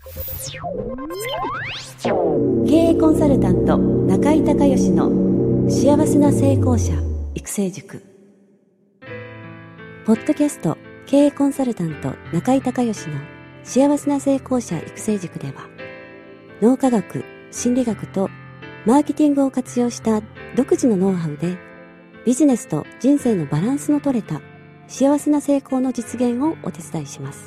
経営コンサルタント中井孝義の幸せな成功者育成塾。ポッドキャスト経営コンサルタント中井孝義の幸せな成功者育成塾では、脳科学、心理学とマーケティングを活用した独自のノウハウで、ビジネスと人生のバランスの取れた幸せな成功の実現をお手伝いします。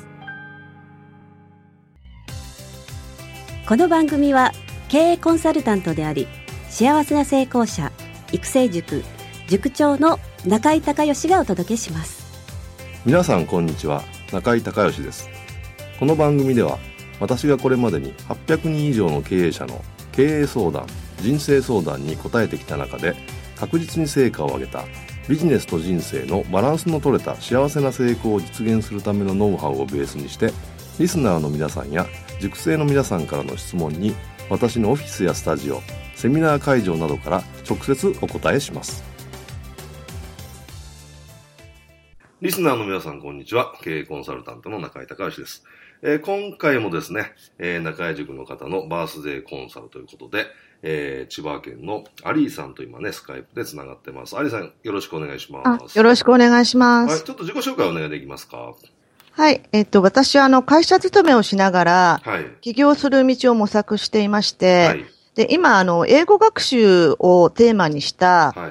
この番組は経営コンサルタントであり、幸せな成功者育成塾塾長の中井孝義がお届けします。 皆さんこんにちは、中井孝義です。この番組では、私がこれまでに800人以上の経営者の経営相談、人生相談に答えてきた中で、確実に成果を上げたビジネスと人生のバランスの取れた幸せな成功を実現するためのノウハウをベースにして、リスナーの皆さんや塾生の皆さんからの質問に、私のオフィスやスタジオ、セミナー会場などから直接お答えします。リスナーの皆さんこんにちは、経営コンサルタントの中井孝義です。今回もですね、中井塾の方のバースデーコンサルということで、千葉県のアリーさんと今ね、スカイプでつながってます。アリーさん、よろしくお願いします。 よろしくお願いします。 はい、ちょっと自己紹介お願いできますか。 はい。私は会社勤めをしながら、 はい、 起業する道を模索していまして、 はい、 で、今、英語学習をテーマにした、 はい、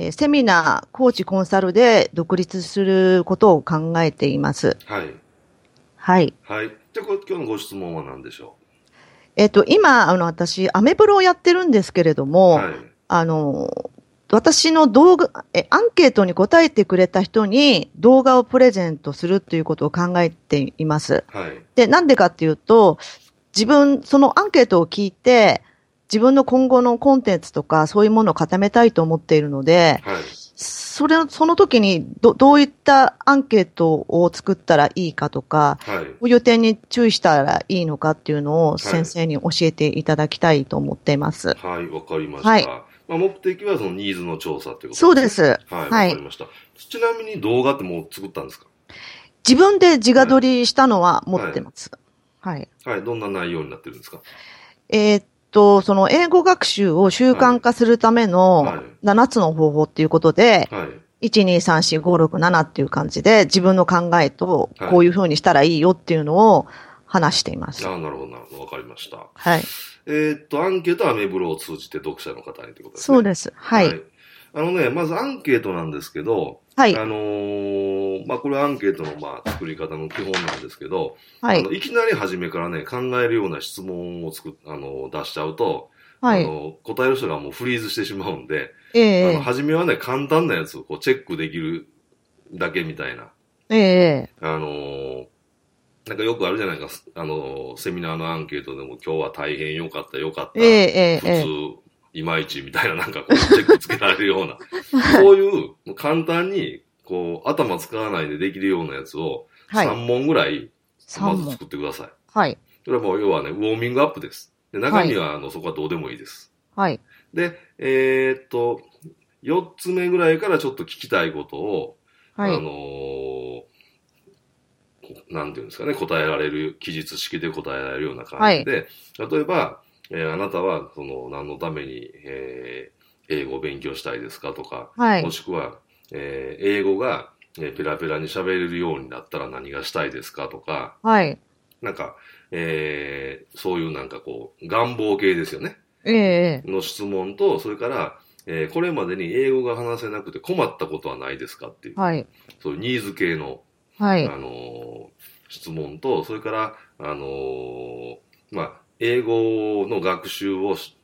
セミナー、コーチ、コンサルで独立することを考えています。 はい。 はい。 はい。じゃあ、今日のご質問は何でしょ今、私、アメブロをやってるんですけれども、 はい、 私の動画、アンケートに答えてくれた人に動画をプレゼントするということを考えています。 はい。 で、なんでかっていうと、そのアンケートを聞いて、自分の今後のコンテンツとかそういうものを固めたいと思っているので、 はい。 その時にどういったアンケートを作ったらいいかとか、 はい。 こういう点に注意したらいいのかっていうのを先生に教えていただきたいと思っています。 はい、わかりました。 はい。 まあ、目的はそのニーズの調査っていうことですね。 そうです。 はい、わはいかりました。ちなみに動画ってもう作ったんですか？ 自分で自画撮りしたのは持ってます。はい。 はい、どんな内容になってるんですか？ その英語学習を習慣化するための7つの方法っていうことで、 はい。 1、2、3、4、5、6、7っていう感じで自分の考えとこういう風にしたらいいよっていうのを話しています。 ああ、なるほど、なるほど。わかりました。 はい。 アンケートはアメブロを通じて読者の方にってことですね。 そうです。はい。はい、 まずアンケートなんですけど、 はい。 まあ、これはアンケートの作り方の基本なんですけど、 はい。 いきなり初めからね、考えるような質問を出しちゃうと、 はい。 答える人がもうフリーズしてしまうんで、初めはね、簡単なやつをこうチェックできるだけみたいな。なんかよくあるじゃないか、セミナーのアンケートでも今日は大変良かった、普通、いまいちみたいななんかこうチェックつけられるような、そういう簡単にこう頭使わないでできるようなやつを3問ぐらいまず作ってください。 はい。 それはもう要はね、ウォーミングアップです。で中身はそこはどうでもいいです。 はい。 で、4つ目ぐらいからちょっと聞きたいことを、 はい。 なんていうんですかね、答えられる、記述式で答えられるような感じで、はい、例えば、あなたは何のために、英語を勉強したいですかとか、 はい、 もしくは、英語が、ペラペラに喋れるようになったら何がしたいですかとか、 はい、 なんか、そういうなんかこう、願望系ですよね。の質問と、それから、これまでに英語が話せなくて困ったことはないですかっていう、 はい、 そういうニーズ系の、 はい、 質問と、それから、まあ、英語の学習をして、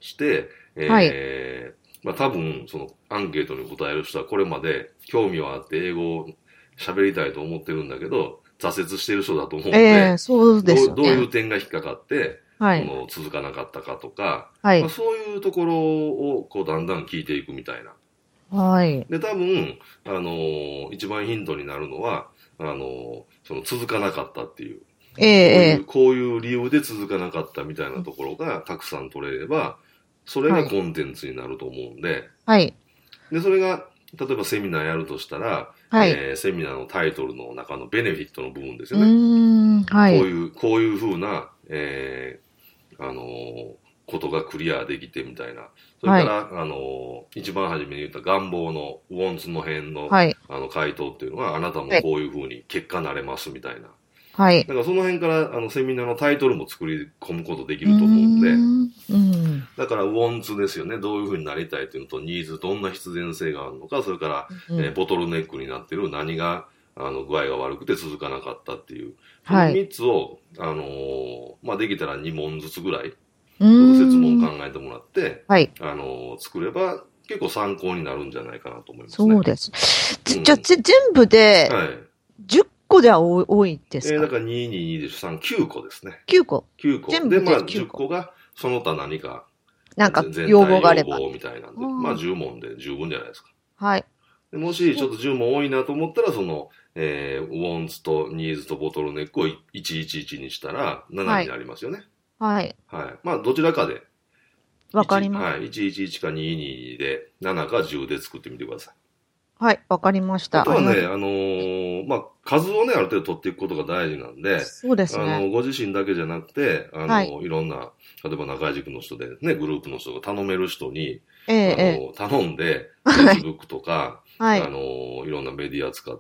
はい、 まあ、多分、そのアンケートに答える人はこれまで興味はあって英語を喋りたいと思ってるんだけど、挫折してる人だと思うんで、 そうですよね。 どういう点が引っかかって、 はい、 続かなかったかとか、 はい、 まあ、そういうところをこうだんだん聞いていくみたいな。 はい。 で、多分、一番ヒントになるのは、その続かなかったっていう。こういう理由で続かなかったみたいなところがたくさん取れれば、それがコンテンツになると思うんで、 はい。 で、それが、 例えばセミナーやるとしたら、 はい。 セミナーのタイトルの中のベネフィットの部分ですよね。 はい。 こういうふうな、ことがクリアできてみたいな。それから、 はい。 一番初めに言った願望のウォンツの辺の、 はい。 回答っていうのは、あなたもはい。 こういうふうに結果になれますみたいな。 はい。 だからその辺から、セミナーのタイトルも作り込むことできると思うんで、だから、ウォンツですよね。どういうふうになりたいっていうのと、ニーズ、どんな必然性があるのか、それから、ボトルネックになっている何が、具合が悪くて続かなかったっていう。その3つを、できたら2問ずつぐらい、設問考えてもらって、作れば、結構参考になるんじゃないかなと思いますね。 そうです。じゃあ、全部で、10個では多いですか？ だから2、2、2で3、9個ですね。 9個。 9個。で、まあ、10個が、その他何か、 なんか、要望があれば。 みたいなんで、まあ、10問で十分じゃないですか。 はい。 でもし、ちょっと10問多いなと思ったら、その、ウォンツとニーズとボトルネックを111にしたら、7になりますよね。 はい。 はい。まあ、どちらかで。 わかります。 はい。111か22で、7か10で作ってみてください。 はい、わかりました。 あとはね、まあ、数をね、ある程度取っていくことが大事なんで、 そうですね。 ご自身だけじゃなくて、いろんな、例えば中井塾の人でね、グループの人が頼める人に、頼んで、Facebook とか、いろんなメディア使って、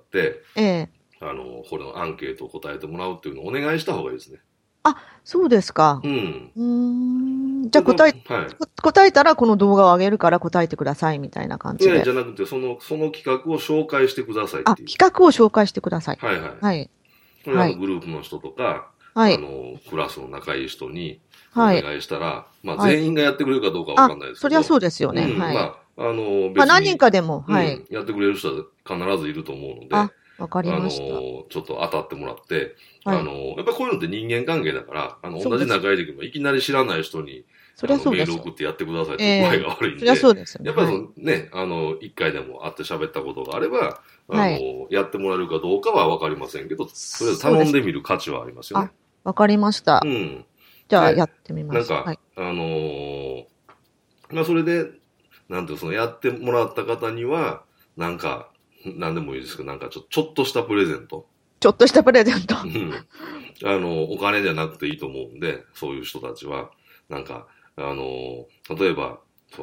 これのアンケートを答えてもらうっていうのをお願いした方がいいですね。 あ、そうですか。 うん。 じゃあ答えたらこの動画を上げるから答えてくださいみたいな感じで。 じゃなくて、その企画を紹介してくださいっていう。 企画を紹介してください。 はいはい。 はい。 これはグループの人とか、クラスの仲いい人にお願いしたら、まあ全員がやってくれるかどうかわかんないですけど。 そりゃそうですよね。はい。 まあ、別に。何人かでも、はい。 やってくれる人は必ずいると思うので。 わかりました。 ちょっと当たってもらって、やっぱりこういうのって人間関係だから、同じ仲いい時もいきなり知らない人に、メール送ってやってくださいって具合が悪いんで、やっぱりね、一回でも会って喋ったことがあれば、やってもらえるかどうかはわかりませんけど、とりあえず頼んでみる価値はありますよね。 わかりました。じゃあやってみます。 なんか、まあそれで、なんてやってもらった方には、なんか、なんでもいいですけど、なんかちょっとしたプレゼント。 ちょっとしたプレゼント。 お金じゃなくていいと思うんで、そういう人たちは、なんか、例えば、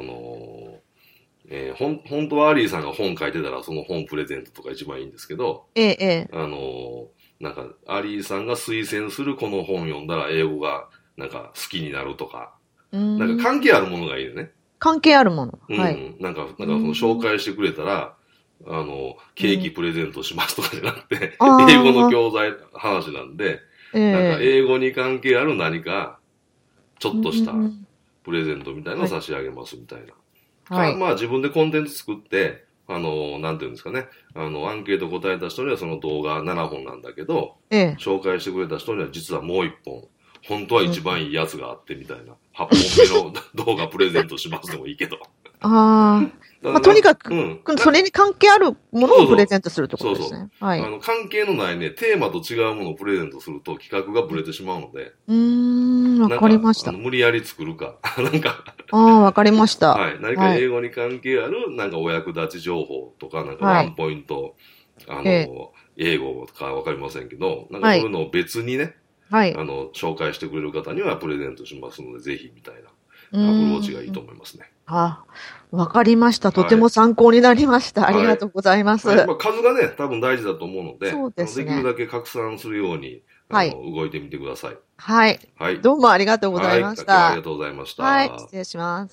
本当はアリーさんが本書いてたら、その本プレゼントとか一番いいんですけど、なんか、アリーさんが推薦するこの本読んだら英語が、なんか好きになるとか、なんか関係あるものがいいよね。 関係あるもの。 はい。なんかその紹介してくれたら、ケーキプレゼントしますとかじゃなくて、英語の教材話なんで、なんか英語に関係ある何か、ちょっとしたプレゼントみたいなのを差し上げますみたいな。まあ自分でコンテンツ作って、なんていうんですかね、アンケート答えた人にはその動画7本なんだけど、紹介してくれた人には実はもう1本、本当は一番いいやつがあってみたいな、8本目の動画プレゼントしますでもいいけど。 まあ、とにかく、それに関係あるものをプレゼントするってことですね。はい。 関係のないね、テーマと違うものをプレゼントすると企画がブレてしまうので。 わかりました。 無理やり作るか。なんかわかりました。 はい。何か英語に関係ある、なんかお役立ち情報とか、なんかワンポイント、英語かわかりませんけど、なんかそういうのを別にね、紹介してくれる方にはプレゼントしますので、ぜひみたいなアプローチがいいと思いますね。 わかりました。とても参考になりました。ありがとうございます。 まあ、数がね、多分大事だと思うので、できるだけ拡散するように、動いてみてください。 はい。どうもありがとうございました。 ありがとうございました。 はい。失礼します。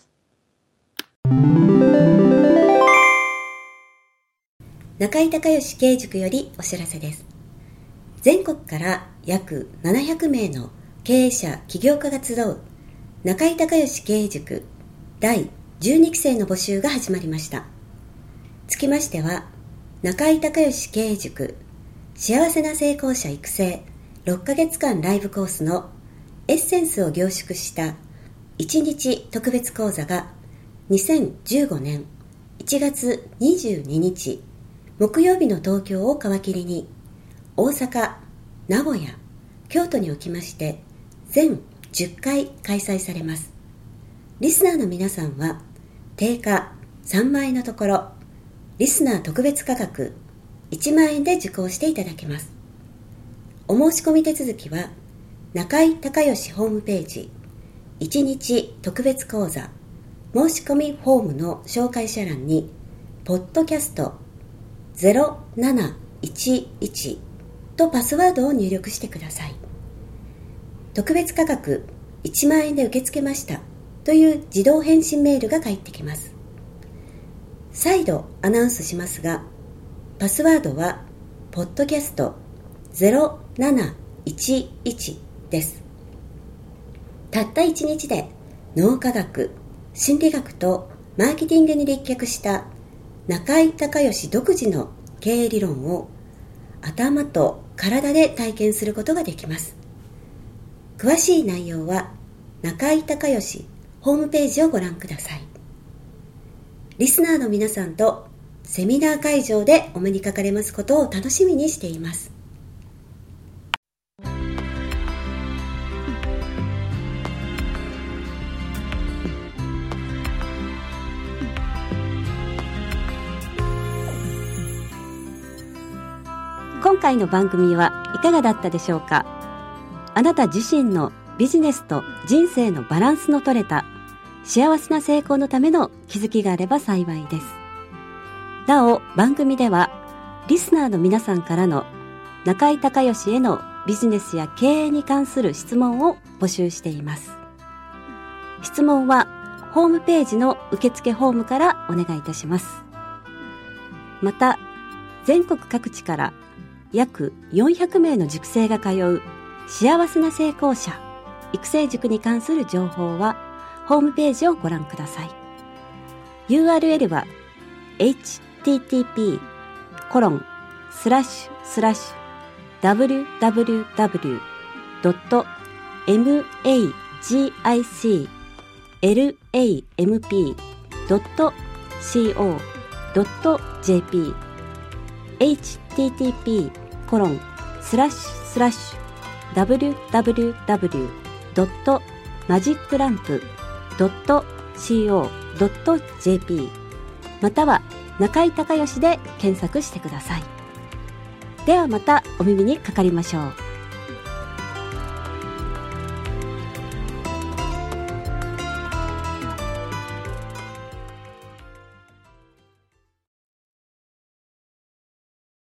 中井隆義経営塾よりお知らせです。全国から約700名の経営者・起業家が集う中井隆義経営塾第12期生の募集が始まりました。つきましては、中井隆義経営塾幸せな成功者育成6ヶ月間ライブコースのエッセンスを凝縮した1日特別講座が2015年1月22日木曜日の東京を皮切りに大阪、名古屋、京都におきまして全10回開催されます。リスナーの皆さんは定価3万円のところリスナー特別価格1万円で受講していただけます。お申し込み手続きは中井孝義ホームページ1日特別講座申し込みフォームの紹介者欄にポッドキャスト0711とパスワードを入力してください。特別価格1万円で受け付けましたという自動返信メールが返ってきます。再度アナウンスしますが、パスワードはポッドキャスト0711です。たった1日で脳科学、心理学とマーケティングに立脚した中井孝義独自の経営理論を頭と体で体験することができます。詳しい内容は中井孝義ホームページをご覧ください。リスナーの皆さんとセミナー会場でお目にかかれますことを楽しみにしています。今回の番組はいかがだったでしょうか。あなた自身のビジネスと人生のバランスの取れた幸せな成功のための気づきがあれば幸いです。なお、番組ではリスナーの皆さんからの中井孝義へのビジネスや経営に関する質問を募集しています。質問はホームページの受付フォームからお願いいたします。また、全国各地から約400名の塾生が通う幸せな成功者育成塾に関する情報はホームページをご覧ください。 URL は http://www.magiclamp.co.jp http://www.magiclamp.co.jp または中井孝義で検索してください。ではまたお耳にかかりましょう。